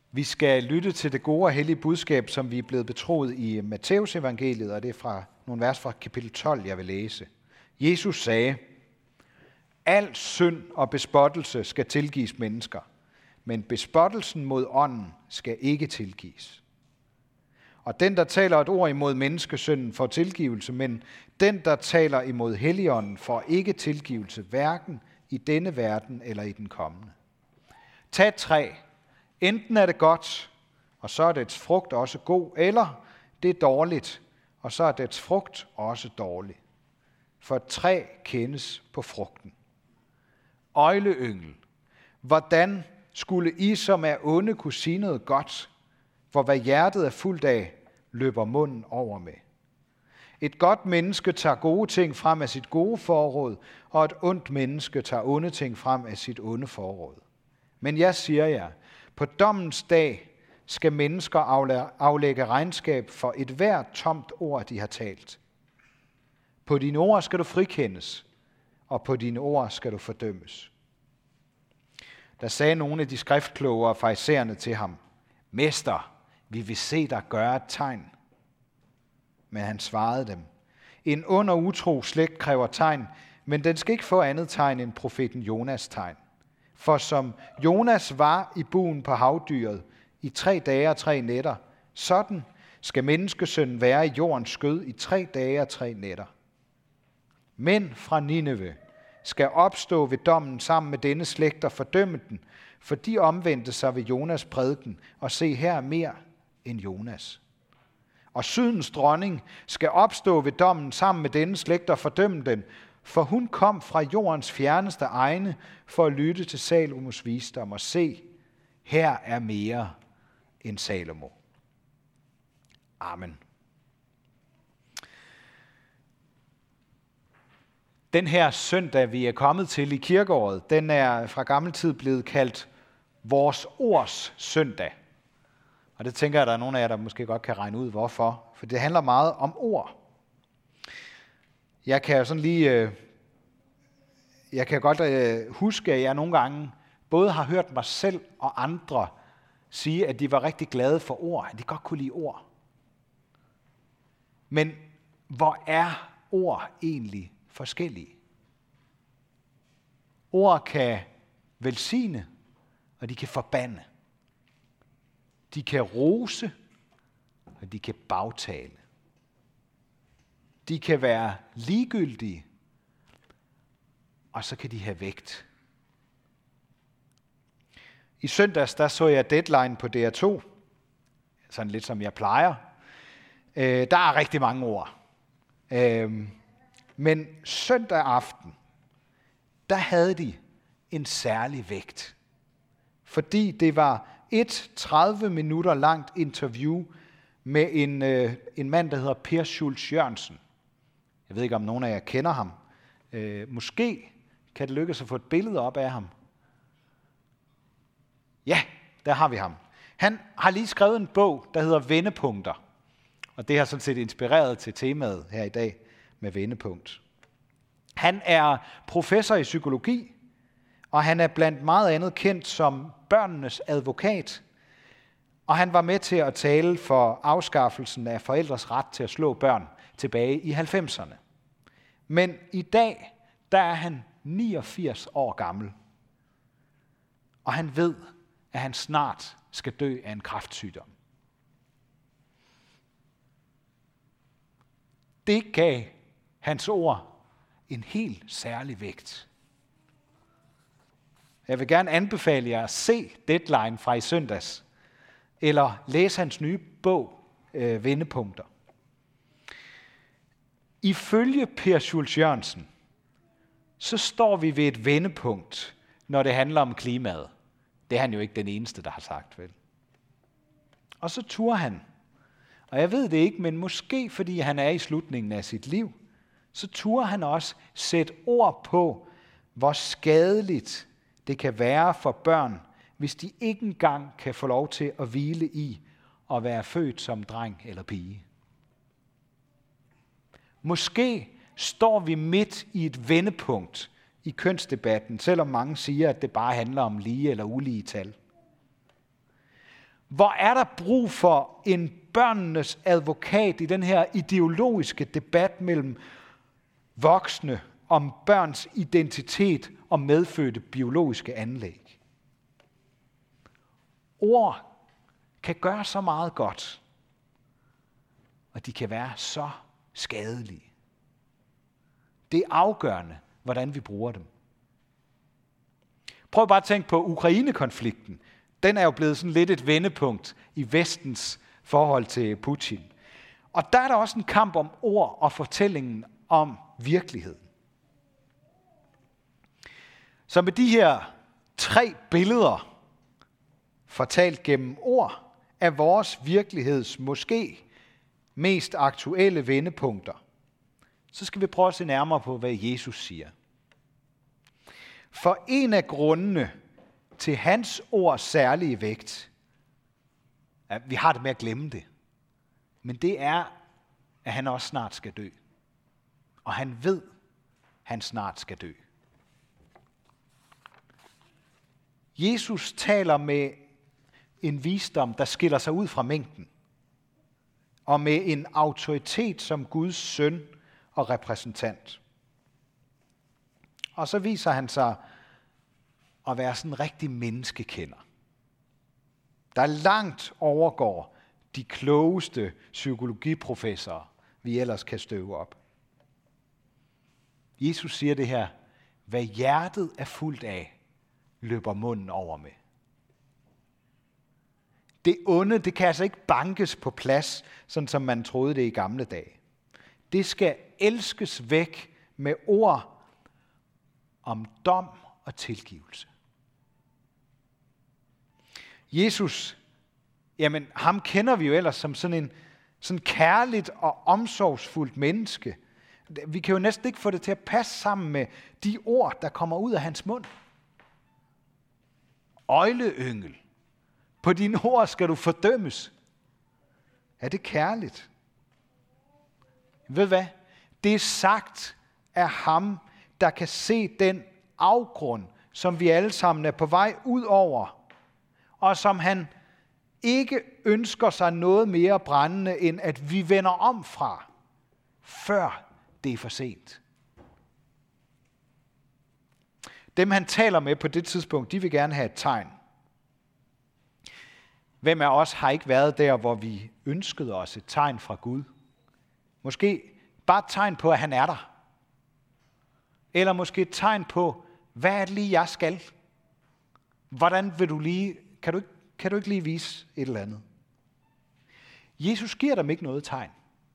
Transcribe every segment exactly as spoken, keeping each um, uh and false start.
Vi skal lytte til det gode og hellige budskab, som vi er blevet betroet i Matteus evangeliet, og det er fra nogle vers fra kapitel tolv, jeg vil læse. Jesus sagde, al synd og bespottelse skal tilgives mennesker, men bespottelsen mod ånden skal ikke tilgives. Og den, der taler et ord imod menneskesynden, får tilgivelse, men den, der taler imod Helligånden, får ikke tilgivelse, hverken i denne verden eller i den kommende. Tag et træ. Enten er det godt, og så er dets frugt også god, eller det er dårligt, og så er dets frugt også dårlig. For et træ kendes på frugten. Øgleyngel, hvordan skulle I, som er onde, kunne sige noget godt, for hvad hjertet er fuldt af, løber munden over med? Et godt menneske tager gode ting frem af sit gode forråd, og et ondt menneske tager onde ting frem af sit onde forråd. Men jeg siger jer, på dommens dag skal mennesker aflægge regnskab for et hvert tomt ord, de har talt. På dine ord skal du frikendes, og på dine ord skal du fordømmes. Der sagde nogle af de skriftkloge og farisæerne til ham, Mester, vi vil se dig gøre et tegn. Men han svarede dem, en ond og utro slægt kræver tegn, men den skal ikke få andet tegn end profeten Jonas tegn. For som Jonas var i buen på havdyret i tre dage og tre nætter, sådan skal menneskesønnen være i jordens skød i tre dage og tre nætter. Mænd fra Nineve skal opstå ved dommen sammen med denne slægt og fordømme den, for de omvendte sig ved Jonas prædiken, og se her mere end Jonas. Og Sydens dronning skal opstå ved dommen sammen med denne slægt og fordømme den, for hun kom fra jordens fjerneste egne for at lytte til Salomos visdom, og se, her er mere end Salomo. Amen. Den her søndag, vi er kommet til i kirkeåret, den er fra gammel tid blevet kaldt vores ords søndag. Og det tænker jeg, at der er nogle af jer, der måske godt kan regne ud, hvorfor. For det handler meget om ord. Jeg kan jo sådan lige, jeg kan godt huske, at jeg nogle gange både har hørt mig selv og andre sige, at de var rigtig glade for ord, at de godt kunne lide ord. Men hvor er ord egentlig forskellige? Ord kan velsigne, og de kan forbande. De kan rose, og de kan bagtale. De kan være ligegyldige, og så kan de have vægt. I søndags, der så jeg Deadline på D R to, sådan lidt som jeg plejer. Øh, der er rigtig mange ord. Øh, men søndag aften, der havde de en særlig vægt. Fordi det var et tredive minutter langt interview med en, øh, en mand, der hedder Per Schultz Jørgensen. Jeg ved ikke, om nogen af jer kender ham. Øh, måske kan det lykkes at få et billede op af ham. Ja, der har vi ham. Han har lige skrevet en bog, der hedder Vendepunkter. Og det har sådan set inspireret til temaet her i dag med vendepunkt. Han er professor i psykologi, og han er blandt meget andet kendt som børnenes advokat. Og han var med til at tale for afskaffelsen af forældres ret til at slå børn tilbage i halvfemserne. Men i dag, der er han niogfirs år gammel. Og han ved, at han snart skal dø af en kræftsygdom. Det gav hans ord en helt særlig vægt. Jeg vil gerne anbefale jer at se Deadline fra i søndags, eller læse hans nye bog, øh, Vendepunkter. Ifølge Per Schultz Jørgensen, så står vi ved et vendepunkt, når det handler om klimaet. Det er han jo ikke den eneste, der har sagt, vel? Og så turer han, og jeg ved det ikke, men måske fordi han er i slutningen af sit liv, så turer han også sætte ord på, hvor skadeligt det kan være for børn, hvis de ikke engang kan få lov til at hvile i at være født som dreng eller pige. Måske står vi midt i et vendepunkt i kønsdebatten, selvom mange siger, at det bare handler om lige eller ulige tal. Hvor er der brug for en børnenes advokat i den her ideologiske debat mellem voksne om børns identitet og medfødte biologiske anlæg. Ord kan gøre så meget godt, og de kan være så skadelige. Det er afgørende, hvordan vi bruger dem. Prøv bare at tænke på Ukraine-konflikten. Den er jo blevet sådan lidt et vendepunkt i Vestens forhold til Putin. Og der er der også en kamp om ord og fortællingen om virkeligheden. Så med de her tre billeder, fortalt gennem ord, er vores virkeligheds måske mest aktuelle vendepunkter, så skal vi prøve at se nærmere på, hvad Jesus siger. For en af grundene til hans ords særlige vægt, at vi har det med at glemme det, men det er, at han også snart skal dø. Og han ved, at han snart skal dø. Jesus taler med en visdom, der skiller sig ud fra mængden, og med en autoritet som Guds søn og repræsentant. Og så viser han sig at være sådan en rigtig menneskekender, der langt overgår de klogeste psykologiprofessorer, vi ellers kan støve op. Jesus siger det her: hvad hjertet er fuldt af, løber munden over med. Det onde, det kan altså ikke bankes på plads, sådan som man troede det i gamle dage. Det skal elskes væk med ord om dom og tilgivelse. Jesus, jamen ham kender vi jo ellers som sådan en sådan kærligt og omsorgsfuldt menneske. Vi kan jo næsten ikke få det til at passe sammen med de ord, der kommer ud af hans mund. Øgleyngel. På dine ord skal du fordømmes. Er det kærligt? Ved hvad? Det er sagt af ham, der kan se den afgrund, som vi alle sammen er på vej ud over, og som han ikke ønsker sig noget mere brændende, end at vi vender om fra, før det er for sent. Dem han taler med på det tidspunkt, de vil gerne have et tegn. Hvem af os har ikke været der, hvor vi ønskede os et tegn fra Gud? Måske bare et tegn på, at han er der. Eller måske et tegn på, hvad er det lige, jeg skal? Hvordan vil du lige, kan du ikke, kan du ikke lige vise et eller andet? Jesus giver dem ikke noget tegn.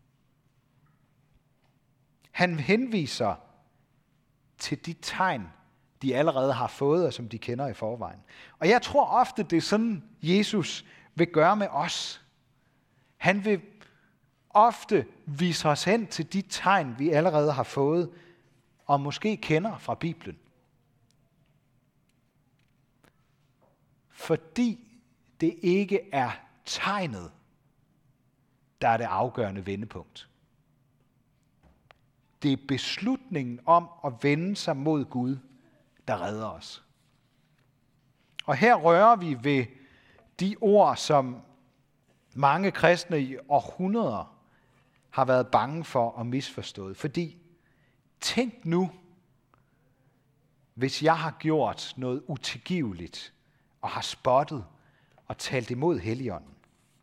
Han henviser til de tegn, de allerede har fået, og som de kender i forvejen. Og jeg tror ofte, det er sådan, Jesus vil gøre med os. Han vil ofte vise os hen til de tegn, vi allerede har fået, og måske kender fra Bibelen. Fordi det ikke er tegnet, der er det afgørende vendepunkt. Det er beslutningen om at vende sig mod Gud, der redder os. Og her rører vi ved de ord, som mange kristne i århundreder har været bange for at misforstå. Fordi tænk nu, hvis jeg har gjort noget utilgiveligt og har spottet og talt imod Helligånden.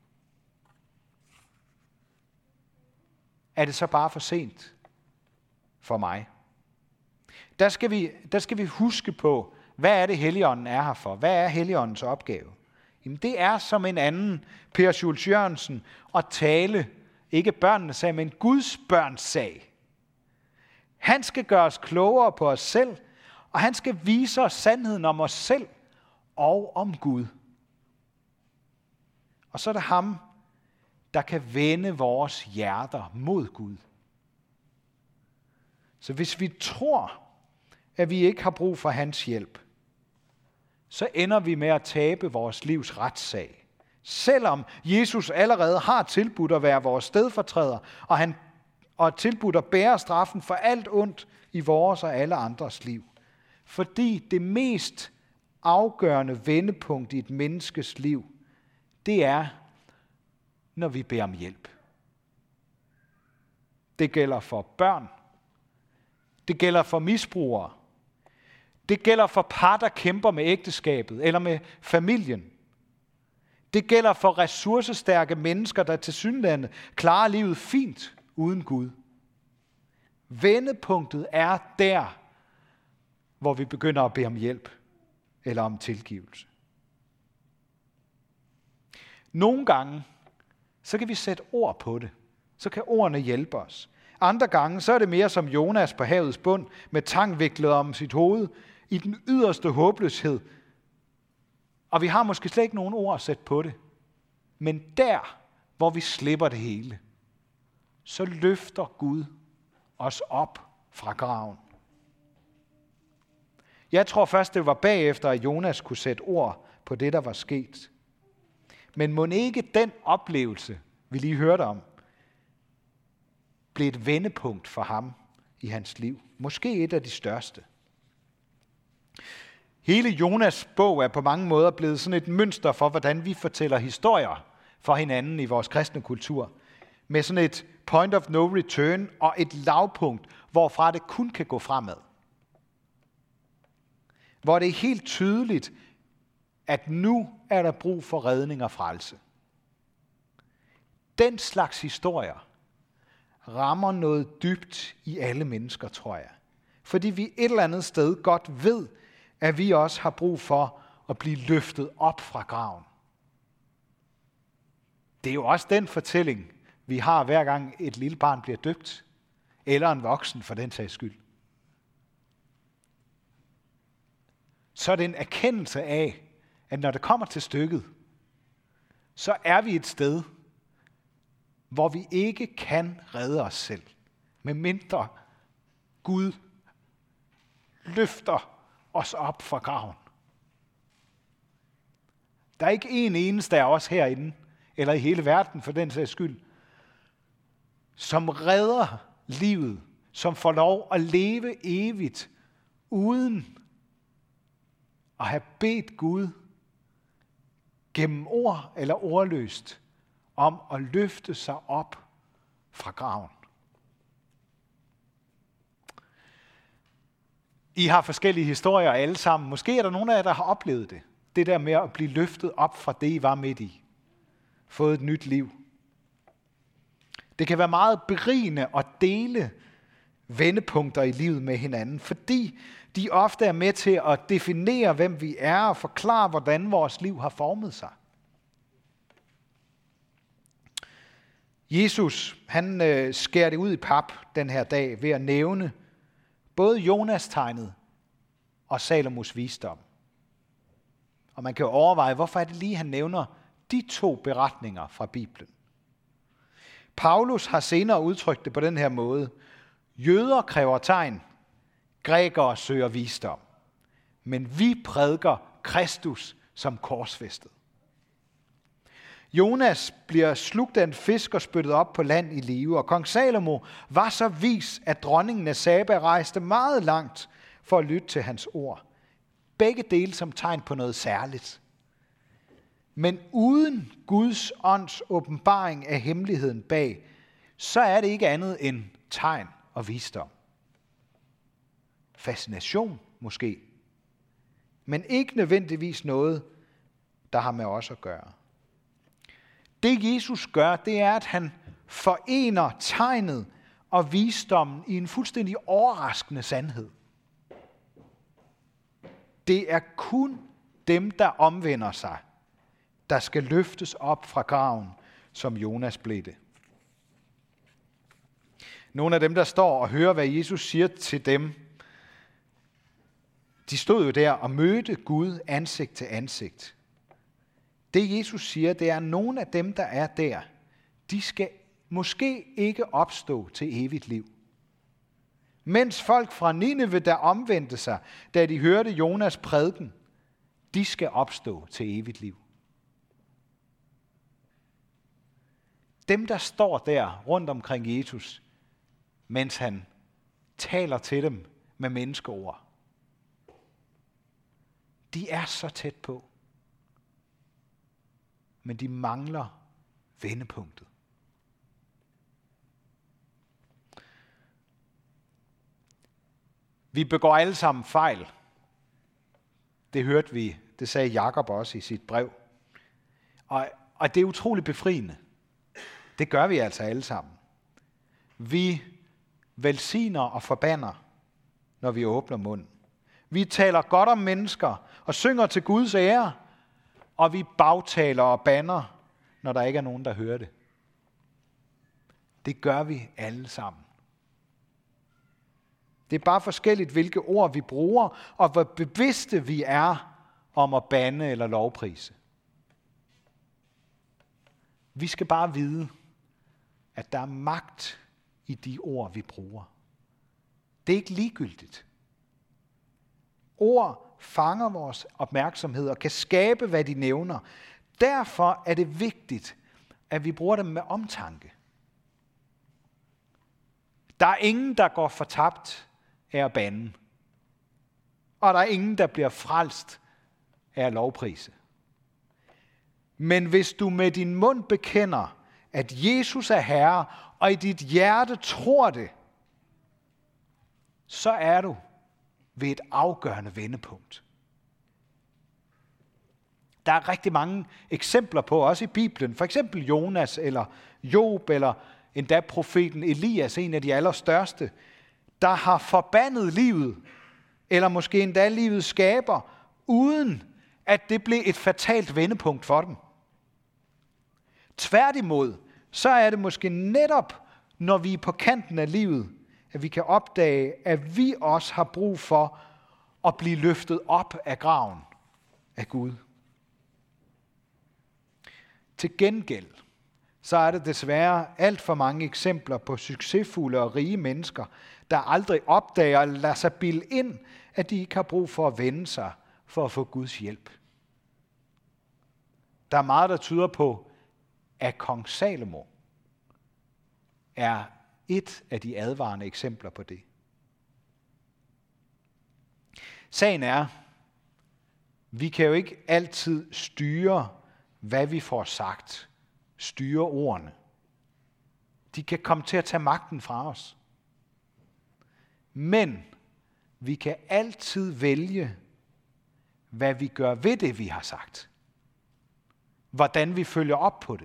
Er det så bare for sent for mig? Der skal vi, der skal vi huske på, hvad er det Helligånden er her for? Hvad er Helligåndens opgave? Jamen det er som en anden, Per Schultz Jørgensen, at tale, ikke børnenes sag, men Guds børns sag. Han skal gøre os klogere på os selv, og han skal vise os sandheden om os selv og om Gud. Og så er det ham, der kan vende vores hjerter mod Gud. Så hvis vi tror, at vi ikke har brug for hans hjælp, så ender vi med at tabe vores livs retssag. Selvom Jesus allerede har tilbudt at være vores stedfortræder, og han og tilbudt at bære straffen for alt ondt i vores og alle andres liv. Fordi det mest afgørende vendepunkt i et menneskes liv, det er, når vi beder om hjælp. Det gælder for børn. Det gælder for misbrugere. Det gælder for par, der kæmper med ægteskabet eller med familien. Det gælder for ressourcestærke mennesker, der tilsyneladende klarer livet fint uden Gud. Vendepunktet er der, hvor vi begynder at bede om hjælp eller om tilgivelse. Nogle gange, så kan vi sætte ord på det. Så kan ordene hjælpe os. Andre gange, så er det mere som Jonas på havets bund, med tang viklet om sit hoved, i den yderste håbløshed. Og vi har måske slet ikke nogen ord at sætte på det. Men der, hvor vi slipper det hele, så løfter Gud os op fra graven. Jeg tror først, det var bagefter, at Jonas kunne sætte ord på det, der var sket. Men mon ikke den oplevelse, vi lige hørte om, blev et vendepunkt for ham i hans liv. Måske et af de største. Hele Jonas' bog er på mange måder blevet sådan et mønster for, hvordan vi fortæller historier for hinanden i vores kristne kultur. Med sådan et point of no return og et lavpunkt, hvorfra det kun kan gå fremad. Hvor det er helt tydeligt, at nu er der brug for redning og frelse. Den slags historier rammer noget dybt i alle mennesker, tror jeg. Fordi vi et eller andet sted godt ved, at vi også har brug for at blive løftet op fra graven. Det er jo også den fortælling, vi har hver gang et lille barn bliver døbt, eller en voksen for den sags skyld. Så er det en erkendelse af, at når det kommer til stykket, så er vi et sted, hvor vi ikke kan redde os selv, medmindre Gud løfter os op fra graven. Der er ikke en eneste af os herinde, eller i hele verden for den sags skyld, som redder livet, som får lov at leve evigt, uden at have bedt Gud gennem ord eller ordløst om at løfte sig op fra graven. I har forskellige historier alle sammen. Måske er der nogen af jer, der har oplevet det. Det der med at blive løftet op fra det, I var midt i. Fået et nyt liv. Det kan være meget berigende at dele vendepunkter i livet med hinanden, fordi de ofte er med til at definere, hvem vi er, og forklare, hvordan vores liv har formet sig. Jesus, han øh, skærer det ud i pap den her dag ved at nævne både Jonas-tegnet og Salomos visdom. Og man kan jo overveje, hvorfor er det lige, han nævner de to beretninger fra Bibelen. Paulus har senere udtrykt det på den her måde. Jøder kræver tegn, grækere søger visdom. Men vi prædiker Kristus som korsfæstet. Jonas bliver slugt af en fisk og spyttet op på land i live, og kong Salomo var så vis, at dronningen af Saba rejste meget langt for at lytte til hans ord. Begge dele som tegn på noget særligt. Men uden Guds ånds åbenbaring af hemmeligheden bag, så er det ikke andet end tegn og visdom. Fascination måske, men ikke nødvendigvis noget, der har med os at gøre. Det Jesus gør, det er, at han forener tegnet og visdommen i en fuldstændig overraskende sandhed. Det er kun dem, der omvender sig, der skal løftes op fra graven, som Jonas blev det. Nogle af dem, der står og hører, hvad Jesus siger til dem, de stod jo der og mødte Gud ansigt til ansigt. Det Jesus siger, det er, at nogle af dem, der er der, de skal måske ikke opstå til evigt liv. Mens folk fra Nineve, der omvendte sig, da de hørte Jonas prædiken, de skal opstå til evigt liv. Dem, der står der rundt omkring Jesus, mens han taler til dem med menneskeord, de er så tæt på. men de mangler vendepunktet. Vi begår alle sammen fejl. Det hørte vi, det sagde Jakob også i sit brev. Og, og det er utroligt befriende. Det gør vi altså alle sammen. Vi velsigner og forbander, når vi åbner munden. Vi taler godt om mennesker og synger til Guds ære, og vi bagtaler og bander, når der ikke er nogen, der hører det. Det gør vi alle sammen. Det er bare forskelligt, hvilke ord vi bruger, og hvor bevidste vi er om at bande eller lovprise. Vi skal bare vide, at der er magt i de ord, vi bruger. Det er ikke ligegyldigt. Ord fanger vores opmærksomhed og kan skabe, hvad de nævner. Derfor er det vigtigt, at vi bruger dem med omtanke. Der er ingen, der går fortabt af at bande. Og der er ingen, der bliver frelst af at lovprise. Men hvis du med din mund bekender, at Jesus er Herre, og i dit hjerte tror det, så er du ved et afgørende vendepunkt. Der er rigtig mange eksempler på, også i Bibelen, for eksempel Jonas eller Job, eller endda profeten Elias, en af de allerstørste, der har forbandet livet, eller måske endda livets skaber, uden at det blev et fatalt vendepunkt for dem. Tværtimod, så er det måske netop, når vi er på kanten af livet, at vi kan opdage, at vi også har brug for at blive løftet op af graven af Gud. Til gengæld, så er det desværre alt for mange eksempler på succesfulde og rige mennesker, der aldrig opdager eller lader sig bilde ind, at de ikke har brug for at vende sig for at få Guds hjælp. Der er meget, der tyder på, at kong Salomo er et af de advarende eksempler på det. Sagen er, vi kan jo ikke altid styre, hvad vi får sagt, styre ordene. De kan komme til at tage magten fra os. Men vi kan altid vælge, hvad vi gør ved det, vi har sagt. Hvordan vi følger op på det.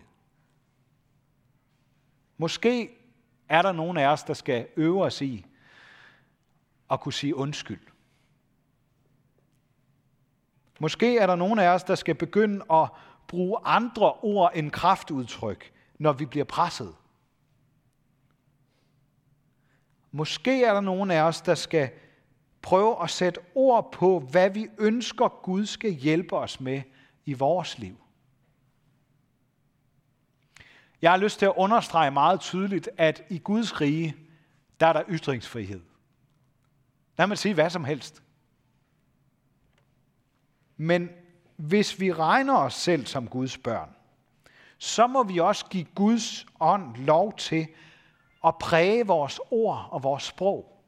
Måske er der nogen af os, der skal øve os i at kunne sige undskyld. Måske er der nogen af os, der skal begynde at bruge andre ord end kraftudtryk, når vi bliver presset. Måske er der nogen af os, der skal prøve at sætte ord på, hvad vi ønsker, Gud skal hjælpe os med i vores liv. Jeg har lyst til at understrege meget tydeligt, at i Guds rige, der er der ytringsfrihed. Der kan man sige hvad som helst. Men hvis vi regner os selv som Guds børn, så må vi også give Guds ånd lov til at præge vores ord og vores sprog.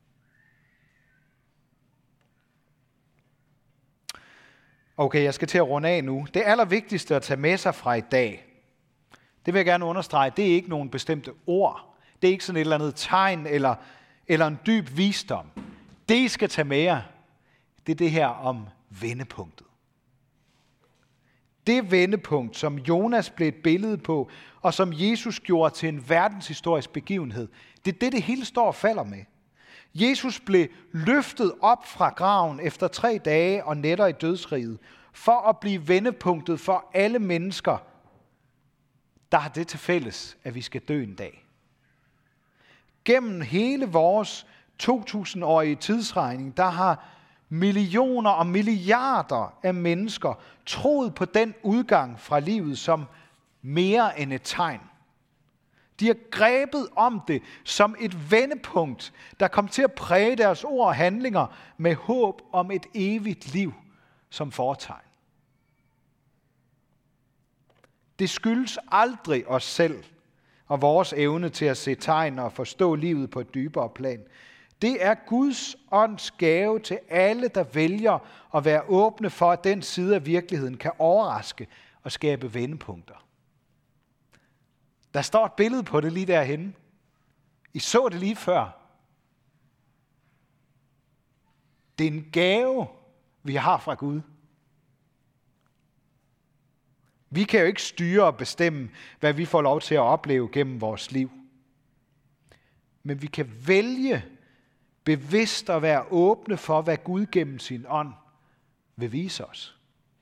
Okay, jeg skal til at runde af nu. Det allervigtigste at tage med sig fra i dag, det vil jeg gerne understrege, det er ikke nogen bestemte ord. Det er ikke sådan et eller andet tegn eller, eller en dyb visdom. Det, I skal tage med jer, det er det her om vendepunktet. Det vendepunkt, som Jonas blev et billede på, og som Jesus gjorde til en verdenshistorisk begivenhed, det er det, det hele står og falder med. Jesus blev løftet op fra graven efter tre dage og nætter i dødsriget, for at blive vendepunktet for alle mennesker, der har det til fælles, at vi skal dø en dag. Gennem hele vores to tusind-årige tidsregning, der har millioner og milliarder af mennesker troet på den udgang fra livet som mere end et tegn. De har grebet om det som et vendepunkt, der kom til at præge deres ord og handlinger med håb om et evigt liv som fortegn. Det skyldes aldrig os selv og vores evne til at se tegn og forstå livet på et dybere plan. Det er Guds ånds gave til alle, der vælger at være åbne for, at den side af virkeligheden kan overraske at skabe vendepunkter. Der står et billede på det lige derhenne. I så det lige før. Det er en gave, vi har fra Gud. Vi kan jo ikke styre og bestemme, hvad vi får lov til at opleve gennem vores liv. Men vi kan vælge bevidst at være åbne for, hvad Gud gennem sin ånd vil vise os.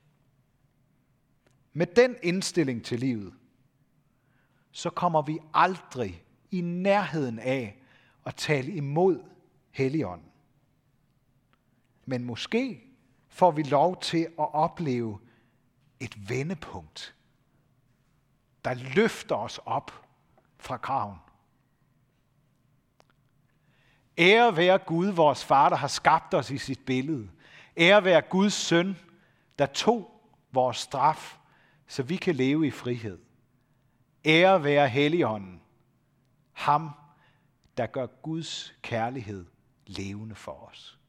Med den indstilling til livet, så kommer vi aldrig i nærheden af at tale imod Helligånden. Men måske får vi lov til at opleve et vendepunkt, der løfter os op fra graven. Ære være Gud, vores far, der har skabt os i sit billede. Ære være Guds søn, der tog vores straf, så vi kan leve i frihed. Ære være Helligånden, ham, der gør Guds kærlighed levende for os.